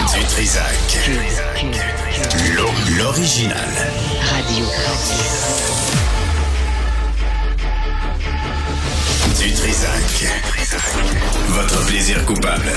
Du Trizac. L'original. Radio. Du Trizac. Votre plaisir coupable.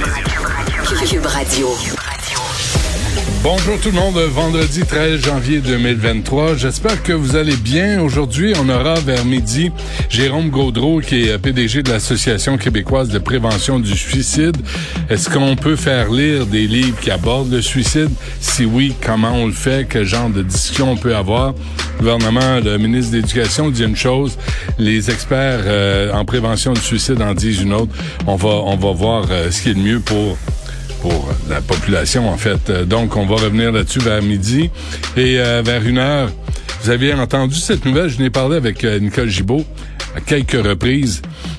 Cube Radio. Bonjour tout le monde, vendredi 13 janvier 2023. J'espère que vous allez bien. Aujourd'hui, on aura vers midi Jérôme Gaudreault, qui est PDG de l'Association québécoise de prévention du suicide. Est-ce qu'on peut faire lire des livres qui abordent le suicide? Si oui, comment on le fait? Quel genre de discussion on peut avoir? Le gouvernement, le ministre de l'Éducation dit une chose, les experts en prévention du suicide en disent une autre. On va voir ce qui est le mieux pour la population, en fait. Donc, on va revenir là-dessus vers midi. Et vers 1h, vous aviez entendu cette nouvelle, je n'ai parlé avec Nicole Gibault à quelques reprises.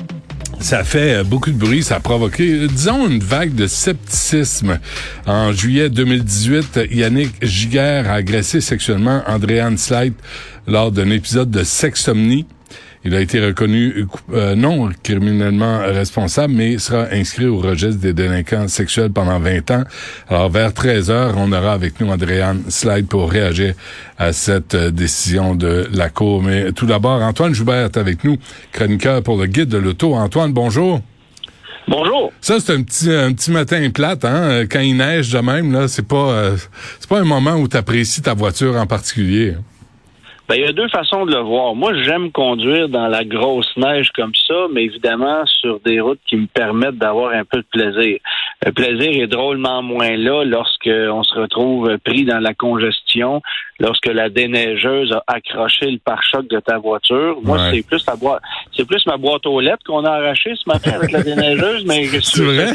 Ça fait beaucoup de bruit, ça a provoqué, disons, une vague de scepticisme. En juillet 2018, Yannick Giguère a agressé sexuellement Andréanne Slide lors d'un épisode de sexsomnie. Il a été reconnu non criminellement responsable, mais sera inscrit au registre des délinquants sexuels pendant 20 ans. Alors, vers 13h, on aura avec nous Andréanne Slide pour réagir à cette décision de la Cour. Mais tout d'abord, Antoine Joubert est avec nous, chroniqueur pour le Guide de l'auto. Antoine, bonjour. Bonjour. Ça, c'est un petit matin plate, hein. Quand il neige de même, là, c'est pas un moment où tu apprécies ta voiture en particulier. Ben, il y a deux façons de le voir. Moi, j'aime conduire dans la grosse neige comme ça, mais évidemment sur des routes qui me permettent d'avoir un peu de plaisir. Le plaisir est drôlement moins là lorsqu'on se retrouve pris dans la congestion, lorsque la déneigeuse a accroché le pare-choc de ta voiture. Moi, c'est plus ma boîte aux lettres qu'on a arrachée ce matin avec la déneigeuse, mais c'est vrai?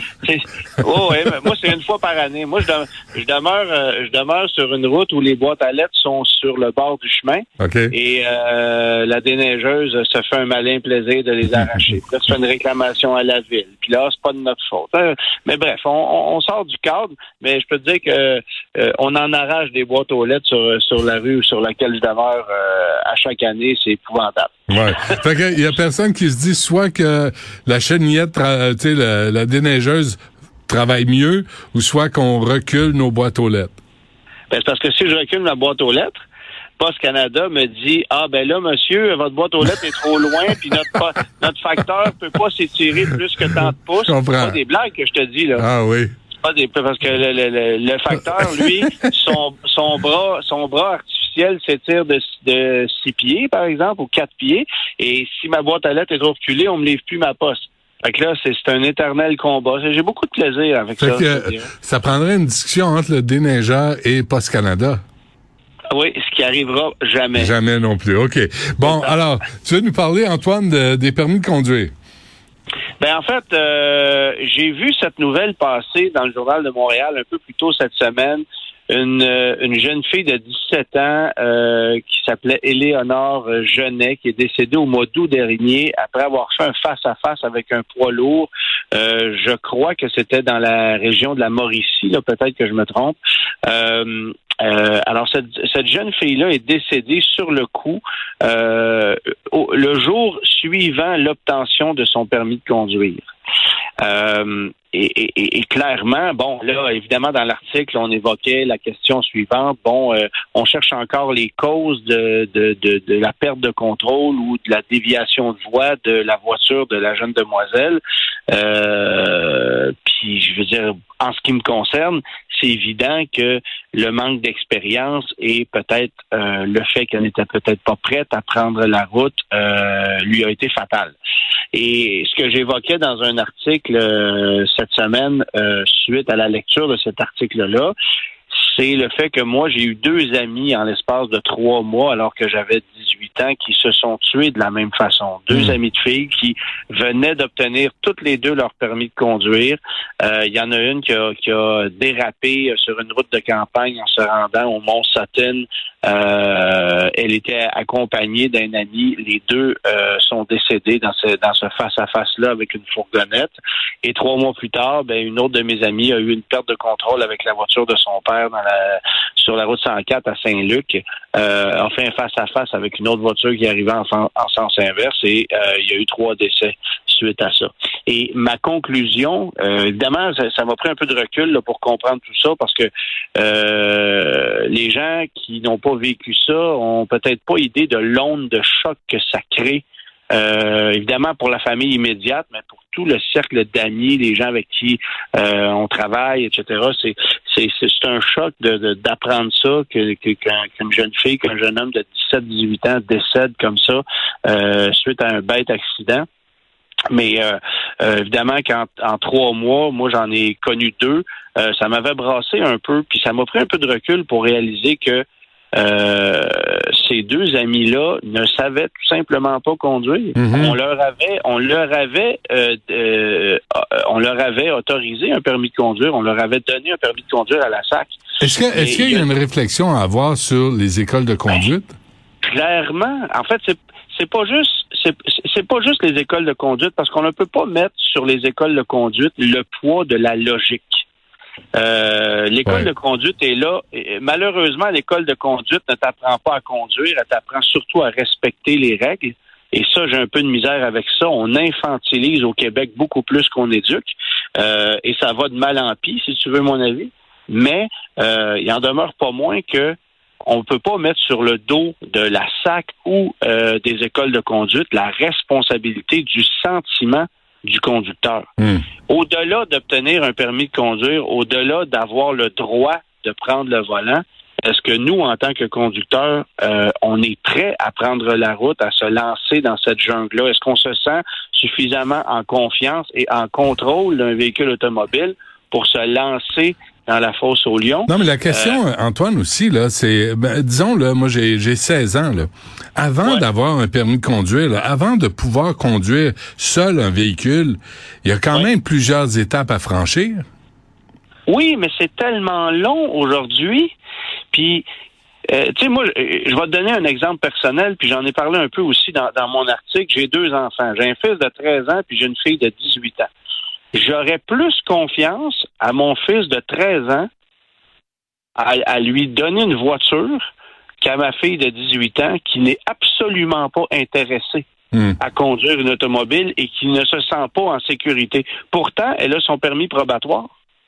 Mais moi, c'est une fois par année. Moi, je demeure sur une route où les boîtes à lettres sont sur le bord du chemin. Okay. Et la déneigeuse se fait un malin plaisir de les arracher. Puis là, tu fais une réclamation à la ville. Puis là, c'est pas de notre faute. Mais bref, on sort du cadre, mais je peux te dire que on en arrache des boîtes aux lettres sur la rue sur laquelle je demeure à chaque année. C'est épouvantable. Ouais. Fait que y a personne qui se dit soit que la chenillette, la déneigeuse travaille mieux, ou soit qu'on recule nos boîtes aux lettres. Ben, c'est parce que si je recule ma boîte aux lettres, Poste Canada me dit ben là, monsieur, votre boîte aux lettres est trop loin, puis notre facteur peut pas s'étirer plus que tant de pouces. C'est pas des blagues que je te dis, là. Ah oui. Parce que le facteur, lui, son bras artificiel s'étire de 6 pieds, par exemple, ou 4 pieds, et si ma boîte à lettres est trop reculée, on me livre plus ma poste. Fait que là, c'est un éternel combat. J'ai beaucoup de plaisir avec ça. Ça prendrait une discussion entre le déneigeur et Poste Canada. Oui, ce qui arrivera jamais. Jamais non plus. OK. Bon, alors, tu veux nous parler, Antoine, des permis de conduire? Ben en fait, j'ai vu cette nouvelle passer dans le Journal de Montréal un peu plus tôt cette semaine. Une jeune fille de 17 ans qui s'appelait Éléonore Genet, qui est décédée au mois d'août dernier après avoir fait un face-à-face avec un poids lourd. Je crois que c'était dans la région de la Mauricie, là, peut-être que je me trompe. Alors, cette jeune fille-là est décédée sur le coup le jour suivant l'obtention de son permis de conduire. Et clairement, bon, là, évidemment, dans l'article, on évoquait la question suivante. Bon, on cherche encore les causes de la perte de contrôle ou de la déviation de voie de la voiture de la jeune demoiselle. Puis, je veux dire, en ce qui me concerne, c'est évident que le manque d'expérience et peut-être le fait qu'elle n'était peut-être pas prête à prendre la route lui a été fatal. Et ce que j'évoquais dans un article cette semaine, suite à la lecture de cet article-là, c'est le fait que moi, j'ai eu 2 amis en l'espace de 3 mois, alors que j'avais 18 ans, qui se sont tués de la même façon. 2 amis de filles qui venaient d'obtenir toutes les 2 leur permis de conduire. Il y en a une qui a dérapé sur une route de campagne en se rendant au Mont Sutton. Elle était accompagnée d'un ami. Les 2 sont décédés dans ce face-à-face-là avec une fourgonnette. Et 3 mois plus tard, une autre de mes amies a eu une perte de contrôle avec la voiture de son père sur la route 104 à Saint-Luc. a fait un face-à-face avec une autre voiture qui arrivait en sens inverse et il y a eu 3 décès suite à ça. Et ma conclusion, évidemment, ça m'a pris un peu de recul là, pour comprendre tout ça parce que les gens qui n'ont pas vécu ça ont peut-être pas idée de l'onde de choc que ça crée. Évidemment pour la famille immédiate, mais pour tout le cercle d'amis, les gens avec qui on travaille, etc. C'est un choc d'apprendre ça, qu'une jeune fille, qu'un jeune homme de 17-18 ans décède comme ça suite à un bête accident. Mais évidemment qu'en 3 mois, moi j'en ai connu 2, ça m'avait brassé un peu, puis ça m'a pris un peu de recul pour réaliser que ces 2 amis-là ne savaient tout simplement pas conduire. Mm-hmm. On leur avait autorisé un permis de conduire, on leur avait donné un permis de conduire à la SAC. Est-ce qu'il y a une réflexion à avoir sur les écoles de conduite? Clairement. En fait, c'est pas juste les écoles de conduite, parce qu'on ne peut pas mettre sur les écoles de conduite le poids de la logique. L'école de conduite est là. Malheureusement, l'école de conduite ne t'apprend pas à conduire, elle t'apprend surtout à respecter les règles. Et ça, j'ai un peu de misère avec ça. On infantilise au Québec beaucoup plus qu'on éduque. Et ça va de mal en pis, si tu veux mon avis. Mais il en demeure pas moins que on ne peut pas mettre sur le dos de la SAC ou des écoles de conduite la responsabilité du sentiment du conducteur. Au-delà d'obtenir un permis de conduire, au-delà d'avoir le droit de prendre le volant, est-ce que nous, en tant que conducteurs, on est prêt à prendre la route, à se lancer dans cette jungle-là? Est-ce qu'on se sent suffisamment en confiance et en contrôle d'un véhicule automobile pour se lancer dans la fosse au lion? Non, mais la question, Antoine, aussi, là, c'est, disons, là, moi, j'ai 16 ans, là. Avant d'avoir un permis de conduire, là, avant de pouvoir conduire seul un véhicule, il y a quand même plusieurs étapes à franchir. Oui, mais c'est tellement long aujourd'hui. Puis, tu sais, moi, je vais te donner un exemple personnel, puis j'en ai parlé un peu aussi dans mon article. J'ai 2 enfants. J'ai un fils de 13 ans, puis j'ai une fille de 18 ans. J'aurais plus confiance à mon fils de 13 ans à lui donner une voiture qu'à ma fille de 18 ans qui n'est absolument pas intéressée à conduire une automobile et qui ne se sent pas en sécurité. Pourtant, elle a son permis probatoire,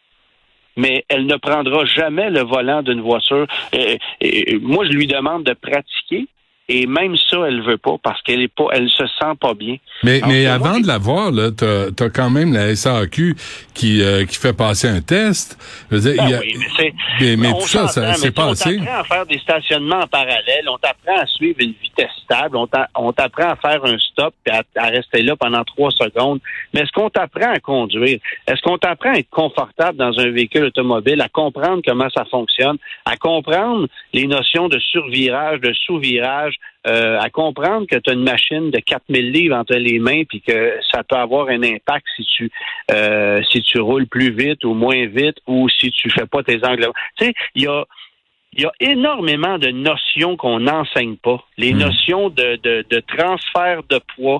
mais elle ne prendra jamais le volant d'une voiture. Moi, je lui demande de pratiquer. Et même ça, elle veut pas parce elle se sent pas bien. Mais avant de l'avoir, là, t'as quand même la SAQ qui fait passer un test. Je veux dire, mais tout ça, c'est pas assez. On t'apprend à faire des stationnements en parallèle, on t'apprend à suivre une vitesse stable, on t'apprend à faire un stop et à rester là pendant 3 secondes. Mais est-ce qu'on t'apprend à conduire? Est-ce qu'on t'apprend à être confortable dans un véhicule automobile, à comprendre comment ça fonctionne, à comprendre les notions de survirage, de sous-virage, à comprendre que tu as une machine de 4000 livres entre les mains puis que ça peut avoir un impact si tu roules plus vite ou moins vite ou si tu fais pas tes angles. Tu sais, il y a énormément de notions qu'on n'enseigne pas. Les notions de transfert de poids.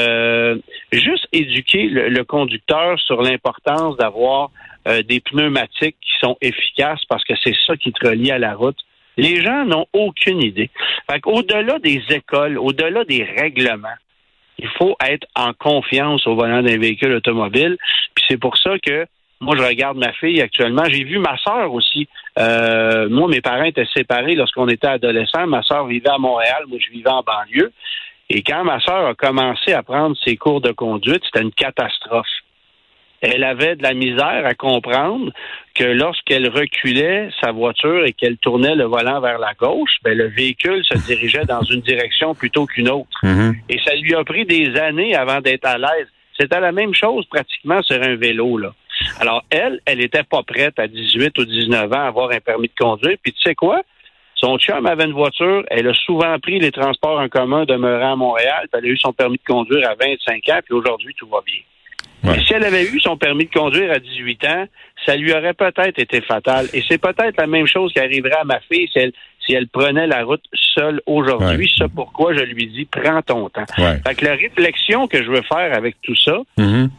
Juste éduquer le conducteur sur l'importance d'avoir des pneumatiques qui sont efficaces parce que c'est ça qui te relie à la route. Les gens n'ont aucune idée. Fait qu'au-delà des écoles, au-delà des règlements, il faut être en confiance au volant d'un véhicule automobile. Puis c'est pour ça que moi, je regarde ma fille actuellement. J'ai vu ma sœur aussi. Moi, mes parents étaient séparés lorsqu'on était adolescents. Ma sœur vivait à Montréal. Moi, je vivais en banlieue. Et quand ma sœur a commencé à prendre ses cours de conduite, c'était une catastrophe. Elle avait de la misère à comprendre que lorsqu'elle reculait sa voiture et qu'elle tournait le volant vers la gauche, le véhicule se dirigeait dans une direction plutôt qu'une autre. Et ça lui a pris des années avant d'être à l'aise. C'était la même chose pratiquement sur un vélo, là. Alors, elle était pas prête à 18 ou 19 ans à avoir un permis de conduire. Puis tu sais quoi? Son chum avait une voiture. Elle a souvent pris les transports en commun demeurant à Montréal. Puis elle a eu son permis de conduire à 25 ans. Puis aujourd'hui, tout va bien. Ouais. Mais si elle avait eu son permis de conduire à 18 ans, ça lui aurait peut-être été fatal. Et c'est peut-être la même chose qui arriverait à ma fille si elle prenait la route seule aujourd'hui. Ouais. C'est pourquoi je lui dis, prends ton temps. Ouais. Fait que la réflexion que je veux faire avec tout ça,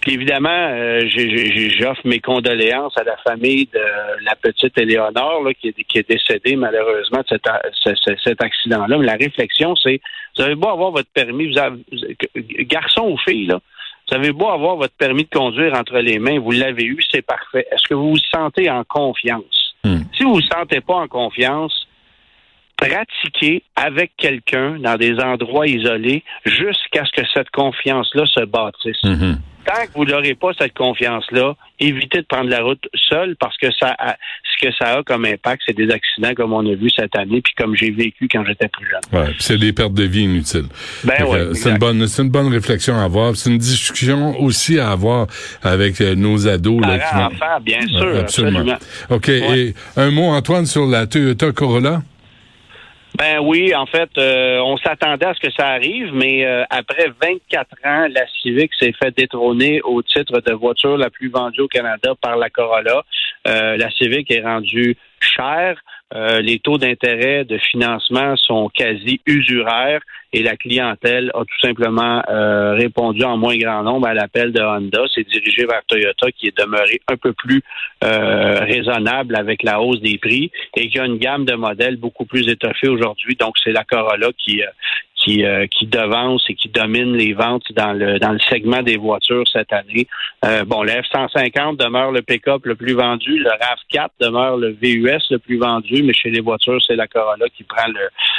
Puis évidemment, j'offre mes condoléances à la famille de la petite Éléonore là, qui est décédée malheureusement de cet accident-là. Mais la réflexion, c'est, vous avez beau avoir votre permis, garçon ou fille, là, vous avez beau avoir votre permis de conduire entre les mains, vous l'avez eu, c'est parfait. Est-ce que vous vous sentez en confiance? Si vous vous sentez pas en confiance, pratiquez avec quelqu'un dans des endroits isolés jusqu'à ce que cette confiance-là se bâtisse. Tant que vous n'aurez pas cette confiance-là, évitez de prendre la route seul parce que ce que ça a comme impact, c'est des accidents comme on a vu cette année puis comme j'ai vécu quand j'étais plus jeune. Ouais, puis c'est des pertes de vie inutiles. C'est une bonne réflexion à avoir. C'est une discussion aussi à avoir avec nos ados. Parents, enfants, bien sûr. Absolument. OK. Ouais. Et un mot, Antoine, sur la Toyota Corolla? Ben oui, en fait, on s'attendait à ce que ça arrive, mais après 24 ans, la Civic s'est fait détrôner au titre de voiture la plus vendue au Canada par la Corolla. La Civic est rendue chère. Les taux d'intérêt de financement sont quasi usuraires et la clientèle a tout simplement répondu en moins grand nombre à l'appel de Honda. C'est dirigé vers Toyota qui est demeuré un peu plus raisonnable avec la hausse des prix et qui a une gamme de modèles beaucoup plus étoffée aujourd'hui. Donc, c'est la Corolla qui devance et qui domine les ventes dans le segment des voitures cette année. Le F-150 demeure le pick-up le plus vendu, le RAV4 demeure le VUS le plus vendu, mais chez les voitures, c'est la Corolla qui prend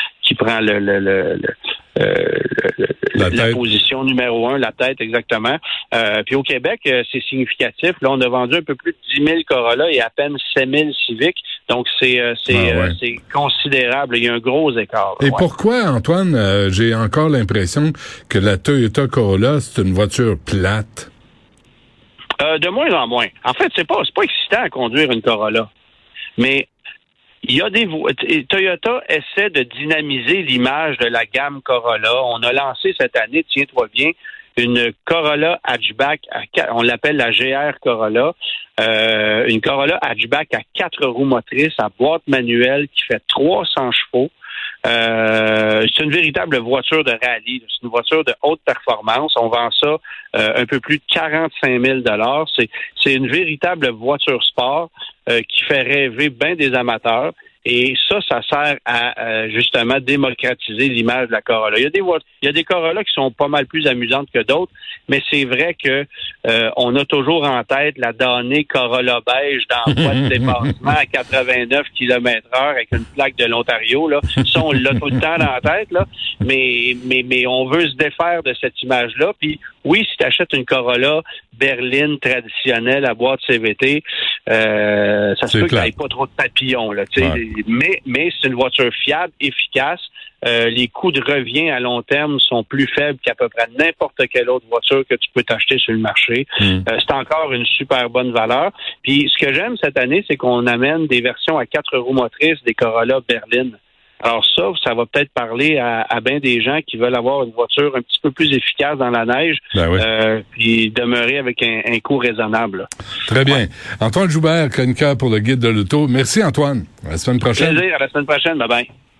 la position numéro 1, la tête exactement. Puis au Québec, c'est significatif. Là, on a vendu un peu plus de 10 000 Corolla et à peine 7 000 Civic. Donc, c'est considérable. Il y a un gros écart. Et pourquoi, Antoine, j'ai encore l'impression que la Toyota Corolla, c'est une voiture plate? De moins en moins. En fait, c'est pas excitant à conduire une Corolla. Mais il y a Toyota essaie de dynamiser l'image de la gamme Corolla. On a lancé cette année, tiens-toi bien, une Corolla hatchback, on l'appelle la GR Corolla, une Corolla hatchback à 4 roues motrices, à boîte manuelle qui fait 300 chevaux. C'est une véritable voiture de rallye. C'est une voiture de haute performance. On vend ça un peu plus de 45 000 $. C'est une véritable voiture sport qui fait rêver bien des amateurs. Et ça sert à justement démocratiser l'image de la Corolla. Il y a des Corolla qui sont pas mal plus amusantes que d'autres, mais c'est vrai que on a toujours en tête la damnée Corolla beige dans la voie de dépassement à 89 km/h avec une plaque de l'Ontario. Là. Ça, on l'a tout le temps dans la tête, là. Mais on veut se défaire de cette image-là. Puis oui, si tu achètes une Corolla berline traditionnelle à boîte CVT, ça se peut qu'il n'y ait pas trop de papillons, là, tu sais. Ouais. Mais c'est une voiture fiable, efficace. Les coûts de revient à long terme sont plus faibles qu'à peu près n'importe quelle autre voiture que tu peux t'acheter sur le marché. C'est encore une super bonne valeur. Puis ce que j'aime cette année, c'est qu'on amène des versions à 4 roues motrices des Corolla berline. Alors ça va peut-être parler à bien des gens qui veulent avoir une voiture un petit peu plus efficace dans la neige, puis demeurer avec un coût raisonnable. Très bien. Ouais. Antoine Joubert, chroniqueur pour le Guide de l'auto. Merci Antoine. À la semaine prochaine. Plaisir, à la semaine prochaine. Bye bye.